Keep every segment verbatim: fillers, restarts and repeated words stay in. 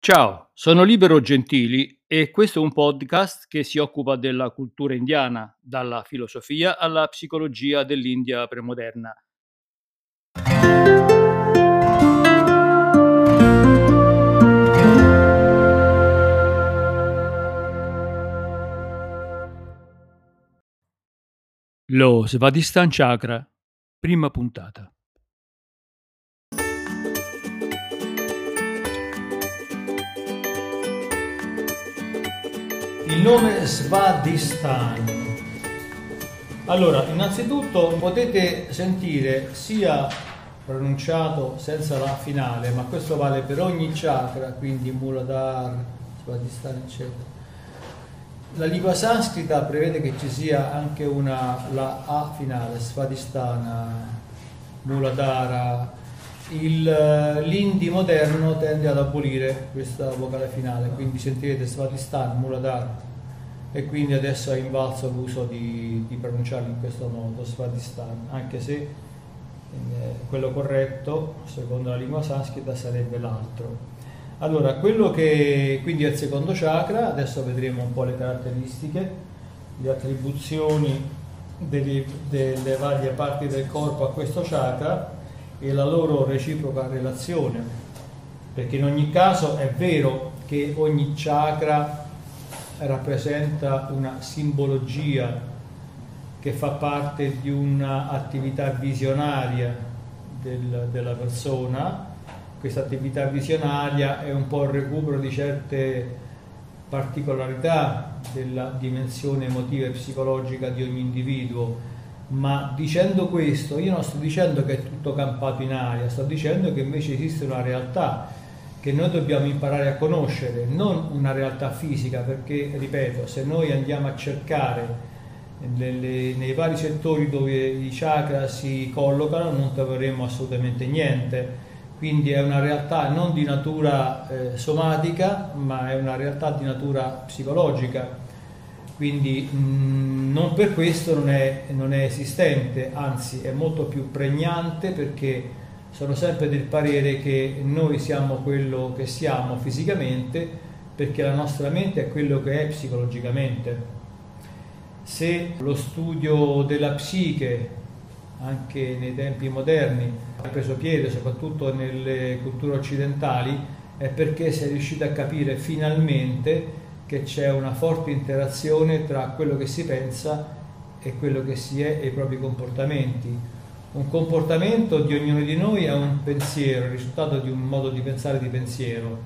Ciao, sono Libero Gentili e questo è un podcast che si occupa della cultura indiana, dalla filosofia alla psicologia dell'India premoderna. Lo Svadhisthana Chakra, prima puntata. Il nome Svadhisthana. Allora, innanzitutto potete sentire sia pronunciato senza la finale, ma questo vale per ogni chakra, quindi Muladhara, Svadhisthana, eccetera. La lingua sanscrita prevede che ci sia anche una la A finale, Svadhisthana, Muladhara. Il, l'indi moderno tende ad abolire questa vocale finale, quindi sentirete Svadhisthana, Muladhara, e quindi adesso è invalso l'uso di, di pronunciarlo in questo modo, Svadhisthana, anche se eh, quello corretto, secondo la lingua sanscrita, sarebbe l'altro. Allora, quello che quindi è il secondo chakra, adesso vedremo un po' le caratteristiche, le attribuzioni delle, delle varie parti del corpo a questo chakra e la loro reciproca relazione, perché in ogni caso è vero che ogni chakra rappresenta una simbologia che fa parte di un'attività visionaria del, della persona. Questa attività visionaria è un po' il recupero di certe particolarità della dimensione emotiva e psicologica di ogni individuo. Ma dicendo questo, io non sto dicendo che è tutto campato in aria, sto dicendo che invece esiste una realtà che noi dobbiamo imparare a conoscere, non una realtà fisica, perché, ripeto, se noi andiamo a cercare nelle, nei vari settori dove i chakra si collocano non troveremo assolutamente niente. Quindi è una realtà non di natura eh, somatica, ma è una realtà di natura psicologica. Quindi mh, non per questo non è, non è esistente, anzi è molto più pregnante, perché sono sempre del parere che noi siamo quello che siamo fisicamente, perché la nostra mente è quello che è psicologicamente. Se lo studio della psiche, anche nei tempi moderni, ha preso piede, soprattutto nelle culture occidentali, è perché si è riuscito a capire finalmente che c'è una forte interazione tra quello che si pensa e quello che si è e i propri comportamenti. Un comportamento di ognuno di noi è un pensiero, il risultato di un modo di pensare e di pensiero,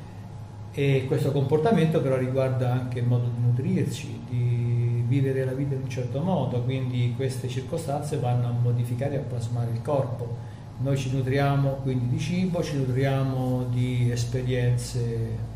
e questo comportamento però riguarda anche il modo di nutrirci, di vivere la vita in un certo modo, quindi queste circostanze vanno a modificare e a plasmare il corpo. Noi ci nutriamo quindi di cibo, ci nutriamo di esperienze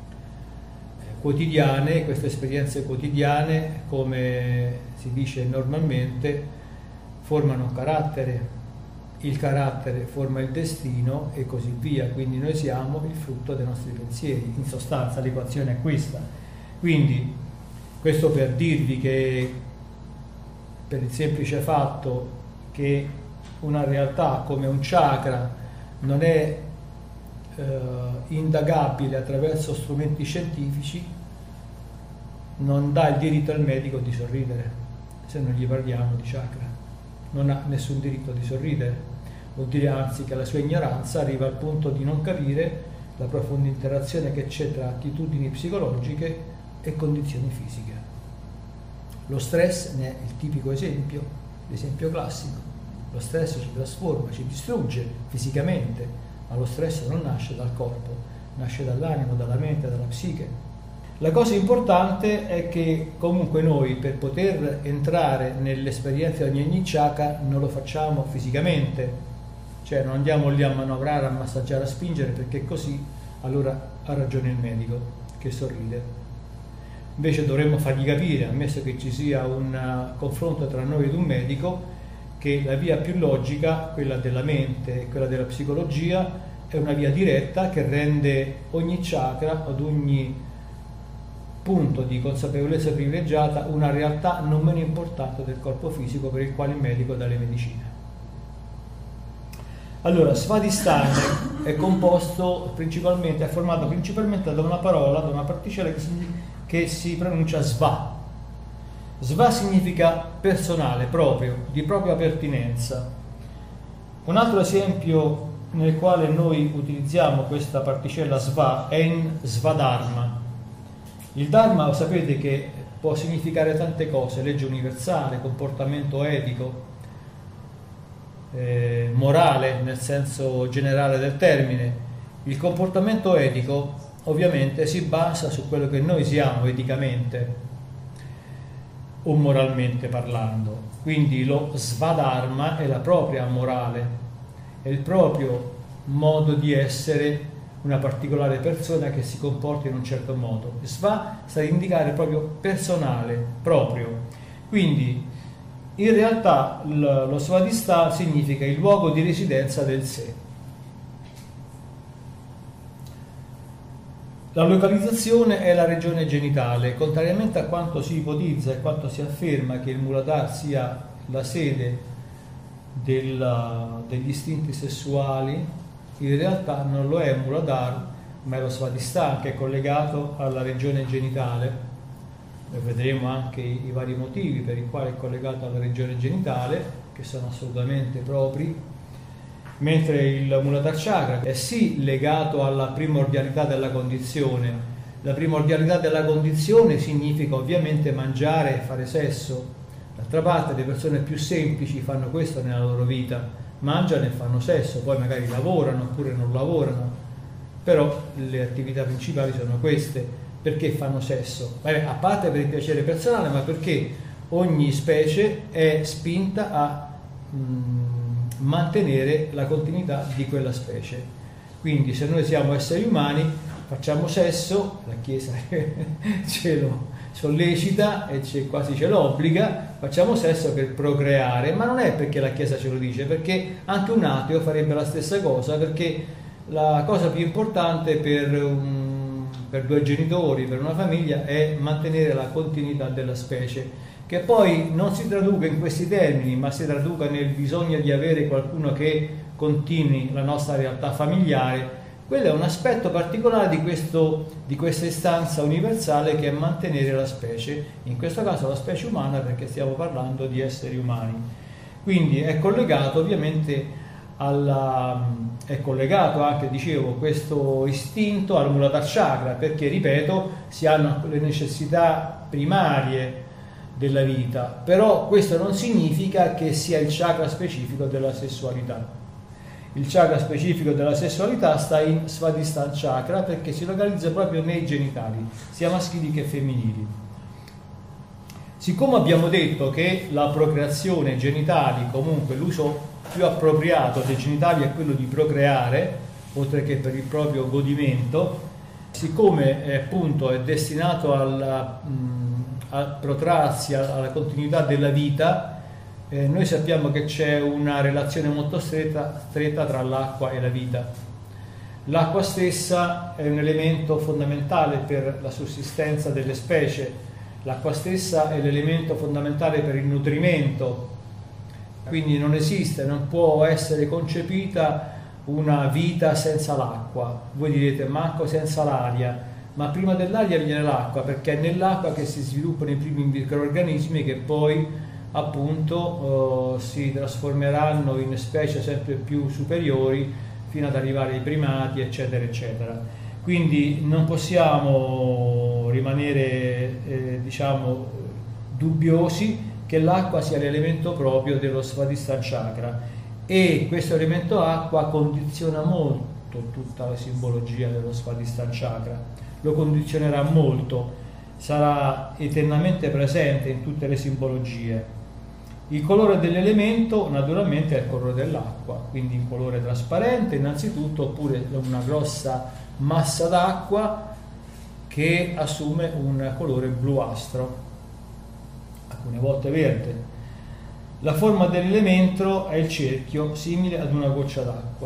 quotidiane. Queste esperienze quotidiane, come si dice normalmente, formano un carattere, il carattere forma il destino e così via, quindi noi siamo il frutto dei nostri pensieri. In sostanza l'equazione è questa. Quindi questo per dirvi che, per il semplice fatto che una realtà come un chakra non è eh, indagabile attraverso strumenti scientifici, non dà il diritto al medico di sorridere se non gli parliamo di chakra. Non ha nessun diritto di sorridere, vuol dire anzi che la sua ignoranza arriva al punto di non capire la profonda interazione che c'è tra attitudini psicologiche e condizioni fisiche. Lo stress ne è il tipico esempio, l'esempio classico. Lo stress ci trasforma, ci distrugge fisicamente, ma lo stress non nasce dal corpo, nasce dall'animo, dalla mente, dalla psiche. La cosa importante è che comunque noi, per poter entrare nell'esperienza di ogni chakra, non lo facciamo fisicamente, cioè non andiamo lì a manovrare, a massaggiare, a spingere, perché così allora ha ragione il medico che sorride. Invece dovremmo fargli capire, ammesso che ci sia un confronto tra noi ed un medico, che la via più logica, quella della mente e quella della psicologia, è una via diretta che rende ogni chakra ad ogni punto di consapevolezza privilegiata una realtà non meno importante del corpo fisico, per il quale il medico dà le medicine. Allora, Svadhisthana è composto principalmente, è formato principalmente da una parola, da una particella che si, che si pronuncia Sva. Sva significa personale, proprio, di propria pertinenza. Un altro esempio nel quale noi utilizziamo questa particella Sva è in Svadharma. Il Dharma, sapete che può significare tante cose: legge universale, comportamento etico, eh, morale nel senso generale del termine. Il comportamento etico ovviamente si basa su quello che noi siamo eticamente o moralmente parlando, quindi lo Svadharma è la propria morale, è il proprio modo di essere una particolare persona che si comporta in un certo modo. Sva sta a indicare proprio personale, proprio. Quindi in realtà lo Svadhisthana significa il luogo di residenza del sé. La localizzazione è la regione genitale. Contrariamente a quanto si ipotizza e quanto si afferma che il Muladhara sia la sede della, degli istinti sessuali, in realtà non lo è il Muladhara, ma è lo Svadhisthana, che è collegato alla regione genitale. E vedremo anche i, i vari motivi per i quali è collegato alla regione genitale, che sono assolutamente propri, mentre il Muladhara Chakra è sì legato alla primordialità della condizione. La primordialità della condizione significa ovviamente mangiare e fare sesso. D'altra parte le persone più semplici fanno questo nella loro vita, mangiano e fanno sesso, poi magari lavorano oppure non lavorano, però le attività principali sono queste. Perché fanno sesso? Beh, a parte per il piacere personale, ma perché ogni specie è spinta a mh, mantenere la continuità di quella specie. Quindi se noi siamo esseri umani, facciamo sesso, la Chiesa ce lo sollecita e ce, quasi ce lo obbliga, facciamo sesso per procreare, ma non è perché la Chiesa ce lo dice, perché anche un ateo farebbe la stessa cosa, perché la cosa più importante per un per due genitori, per una famiglia, è mantenere la continuità della specie, che poi non si traduca in questi termini, ma si traduca nel bisogno di avere qualcuno che continui la nostra realtà familiare. Quello è un aspetto particolare di, questo, di questa istanza universale, che è mantenere la specie, in questo caso la specie umana, perché stiamo parlando di esseri umani. Quindi è collegato ovviamente Alla, è collegato anche, dicevo, questo istinto al Muladhara Chakra, perché, ripeto, si hanno le necessità primarie della vita, però questo non significa che sia il chakra specifico della sessualità. Il chakra specifico della sessualità sta in Svadhisthana Chakra, perché si localizza proprio nei genitali, sia maschili che femminili. Siccome abbiamo detto che la procreazione genitali, comunque l'uso più appropriato dei genitali è quello di procreare, oltre che per il proprio godimento, siccome è, appunto, è destinato alla, mh, a protrarsi alla continuità della vita, eh, noi sappiamo che c'è una relazione molto stretta, stretta tra l'acqua e la vita. L'acqua stessa è un elemento fondamentale per la sussistenza delle specie, l'acqua stessa è l'elemento fondamentale per il nutrimento. Quindi non esiste, non può essere concepita una vita senza l'acqua. Voi direte, manco senza l'aria, ma prima dell'aria viene l'acqua, perché è nell'acqua che si sviluppano i primi microrganismi che poi appunto eh, si trasformeranno in specie sempre più superiori fino ad arrivare ai primati, eccetera eccetera. Quindi non possiamo rimanere eh, diciamo dubbiosi che l'acqua sia l'elemento proprio dello Svadhisthana Chakra, e questo elemento acqua condiziona molto tutta la simbologia dello Svadhisthana Chakra, lo condizionerà molto, sarà eternamente presente in tutte le simbologie. Il colore dell'elemento naturalmente è il colore dell'acqua, quindi un colore trasparente innanzitutto, oppure una grossa massa d'acqua che assume un colore bluastro, alcune volte verde. La forma dell'elemento è il cerchio, simile ad una goccia d'acqua.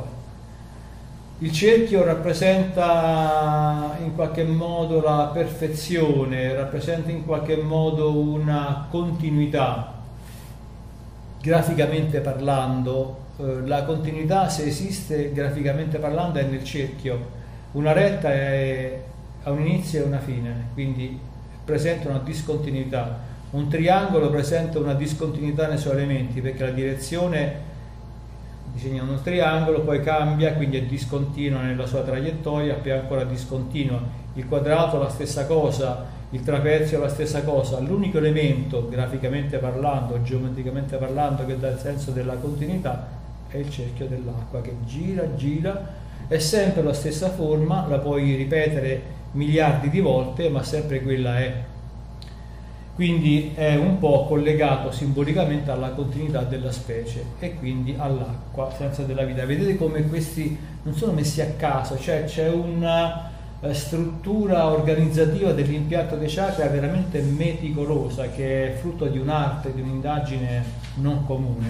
Il cerchio rappresenta in qualche modo la perfezione, rappresenta in qualche modo una continuità. Graficamente parlando, eh, la continuità, se esiste graficamente parlando, è nel cerchio. Una retta è, ha un inizio e una fine, quindi presenta una discontinuità. Un triangolo presenta una discontinuità nei suoi elementi, perché la direzione, disegnando un triangolo, poi cambia, quindi è discontinua nella sua traiettoria, poi è ancora discontinua. Il quadrato la stessa cosa, il trapezio la stessa cosa. L'unico elemento, graficamente parlando, geometricamente parlando, che dà il senso della continuità è il cerchio dell'acqua, che gira, gira, è sempre la stessa forma, la puoi ripetere miliardi di volte, ma sempre quella è. Quindi è un po' collegato simbolicamente alla continuità della specie e quindi all'acqua, senza della vita. Vedete come questi non sono messi a caso, cioè c'è una struttura organizzativa dell'impianto dei chakra veramente meticolosa, che è frutto di un'arte, di un'indagine non comune.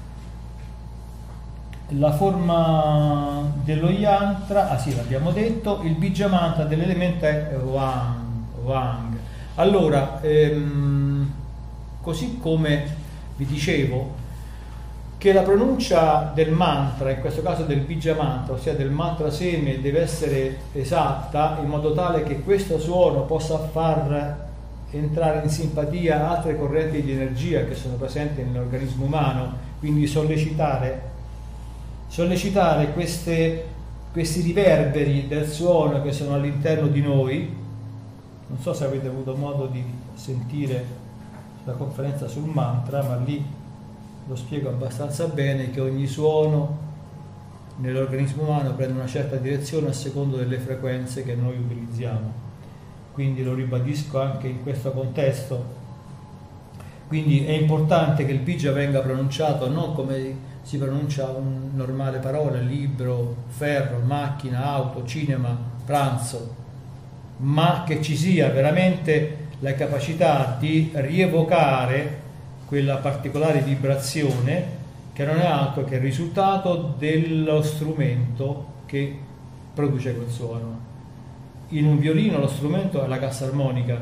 La forma dello yantra, ah sì, l'abbiamo detto, il bija mantra dell'elemento è Wang, Wang. Allora, ehm, così come vi dicevo che la pronuncia del mantra, in questo caso del bija mantra, ossia del mantra seme, deve essere esatta in modo tale che questo suono possa far entrare in simpatia altre correnti di energia che sono presenti nell'organismo umano, quindi sollecitare, sollecitare queste, questi riverberi del suono che sono all'interno di noi. Non so se avete avuto modo di sentire la conferenza sul mantra, ma lì lo spiego abbastanza bene, che ogni suono nell'organismo umano prende una certa direzione a secondo delle frequenze che noi utilizziamo. Quindi lo ribadisco anche in questo contesto. Quindi è importante che il bija venga pronunciato non come si pronuncia un normale parola, libro, ferro, macchina, auto, cinema, pranzo, ma che ci sia veramente la capacità di rievocare quella particolare vibrazione che non è altro che il risultato dello strumento che produce quel suono. In un violino lo strumento è la cassa armonica,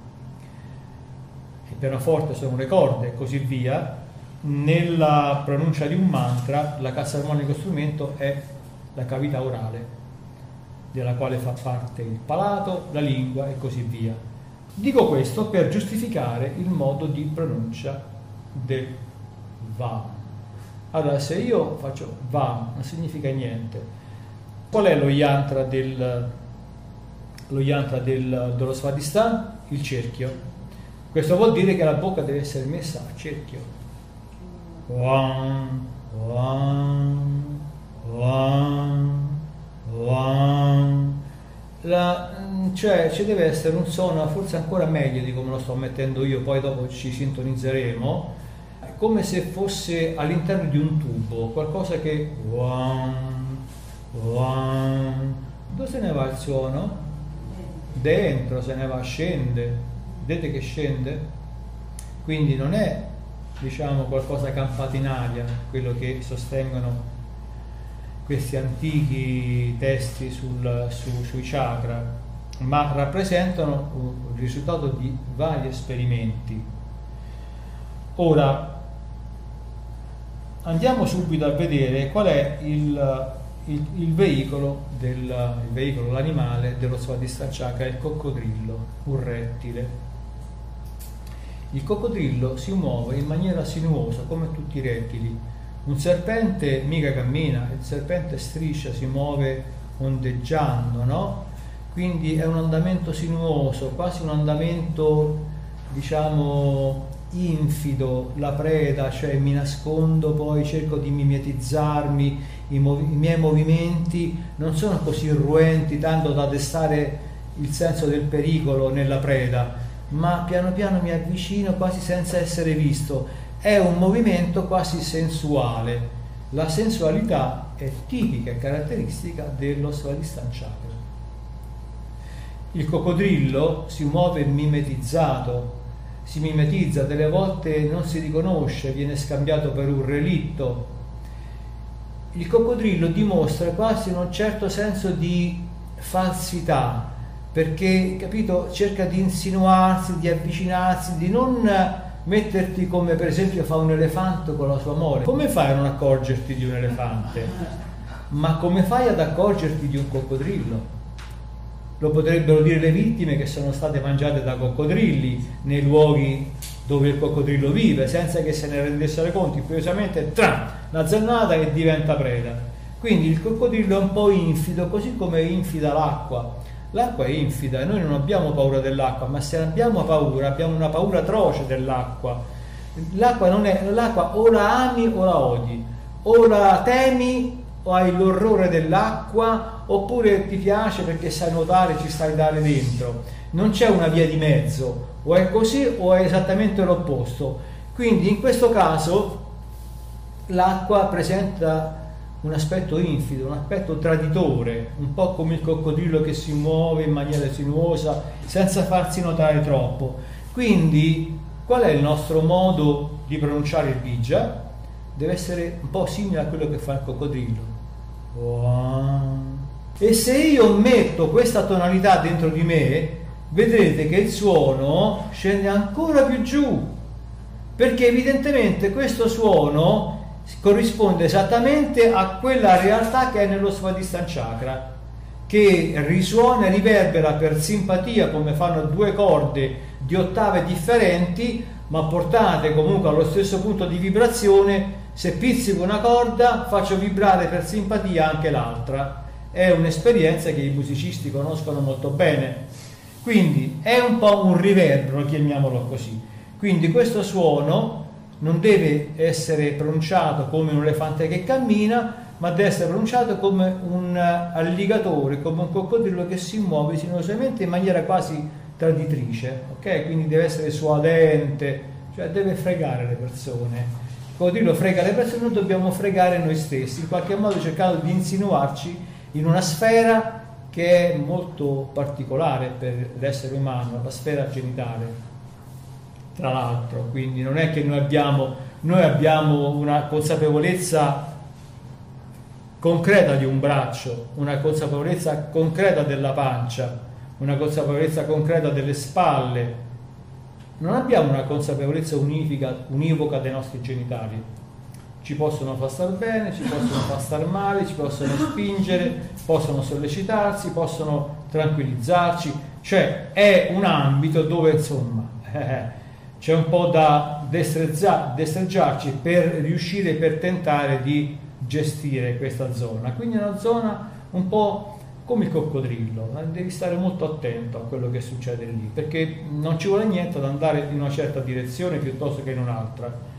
il pianoforte sono le corde e così via. Nella pronuncia di un mantra la cassa armonica strumento è la cavità orale, della quale fa parte il palato, la lingua e così via. Dico questo per giustificare il modo di pronuncia del va. Allora, se io faccio va, non significa niente. Qual è lo yantra del, lo yantra del, dello Svadhisthana? Il cerchio. Questo vuol dire che la bocca deve essere messa a cerchio. Wan, wan, wan. La, cioè ci deve essere un suono forse ancora meglio di come lo sto mettendo io, poi dopo ci sintonizzeremo, come se fosse all'interno di un tubo, qualcosa che wan, wan. Dove se ne va il suono? Dentro se ne va, scende, vedete che scende? Quindi non è, diciamo, qualcosa campato in aria, quello che sostengono questi antichi testi sul, su, sui chakra, ma rappresentano il risultato di vari esperimenti. Ora andiamo subito a vedere qual è il, il, il veicolo, del, il veicolo, l'animale dello Svadhisthana Chakra, il coccodrillo, un rettile. Il coccodrillo si muove in maniera sinuosa come tutti i rettili. Un serpente mica cammina, il serpente striscia, si muove ondeggiando, no? Quindi è un andamento sinuoso, quasi un andamento, diciamo, infido, la preda, cioè mi nascondo, poi cerco di mimetizzarmi, i, mov- i miei movimenti non sono così irruenti, tanto da destare il senso del pericolo nella preda, ma piano piano mi avvicino quasi senza essere visto. È un movimento quasi sensuale. La sensualità è tipica e caratteristica dello Svadhisthana Chakra. Il coccodrillo si muove mimetizzato, si mimetizza, delle volte non si riconosce, viene scambiato per un relitto. Il coccodrillo dimostra quasi un certo senso di falsità, perché, capito, cerca di insinuarsi, di avvicinarsi, di non metterti come per esempio fa un elefante con la sua mole. Come fai a non accorgerti di un elefante? Ma come fai ad accorgerti di un coccodrillo? Lo potrebbero dire le vittime che sono state mangiate da coccodrilli nei luoghi dove il coccodrillo vive, senza che se ne rendessero conto. Improvvisamente, tram, una zannata e diventa preda. Quindi il coccodrillo è un po' infido, così come è infida l'acqua. L'acqua è infida e noi non abbiamo paura dell'acqua, ma se abbiamo paura, abbiamo una paura atroce dell'acqua. L'acqua non è, l'acqua o la ami o la odi, o la temi o hai l'orrore dell'acqua, oppure ti piace perché sai nuotare, ci stai dare dentro. Non c'è una via di mezzo, o è così o è esattamente l'opposto. Quindi in questo caso l'acqua presenta un aspetto infido, un aspetto traditore, un po' come il coccodrillo che si muove in maniera sinuosa senza farsi notare troppo. Quindi qual è il nostro modo di pronunciare il bija? Deve essere un po' simile a quello che fa il coccodrillo. E se io metto questa tonalità dentro di me, vedrete che il suono scende ancora più giù, perché evidentemente questo suono corrisponde esattamente a quella realtà che è nello Svadhisthana Chakra, che risuona e riverbera per simpatia, come fanno due corde di ottave differenti, ma portate comunque allo stesso punto di vibrazione. Se pizzico una corda, faccio vibrare per simpatia anche l'altra. È un'esperienza che i musicisti conoscono molto bene. Quindi è un po' un riverbero, chiamiamolo così. Quindi questo suono non deve essere pronunciato come un elefante che cammina, ma deve essere pronunciato come un alligatore, come un coccodrillo che si muove sinuosamente in maniera quasi traditrice, ok? Quindi deve essere suadente, cioè deve fregare le persone. Il coccodrillo frega le persone, noi dobbiamo fregare noi stessi, in qualche modo cercando di insinuarci in una sfera che è molto particolare per l'essere umano, la sfera genitale. Tra l'altro, quindi non è che noi abbiamo, noi abbiamo una consapevolezza concreta di un braccio, una consapevolezza concreta della pancia, una consapevolezza concreta delle spalle. Non abbiamo una consapevolezza unifica, univoca dei nostri genitali. Ci possono far star bene, ci possono far star male, ci possono spingere, possono sollecitarsi, possono tranquillizzarci. Cioè è un ambito dove insomma eh, c'è un po' da destreggiarci per riuscire, per tentare di gestire questa zona. Quindi è una zona un po' come il coccodrillo, devi stare molto attento a quello che succede lì, perché non ci vuole niente ad andare in una certa direzione piuttosto che in un'altra.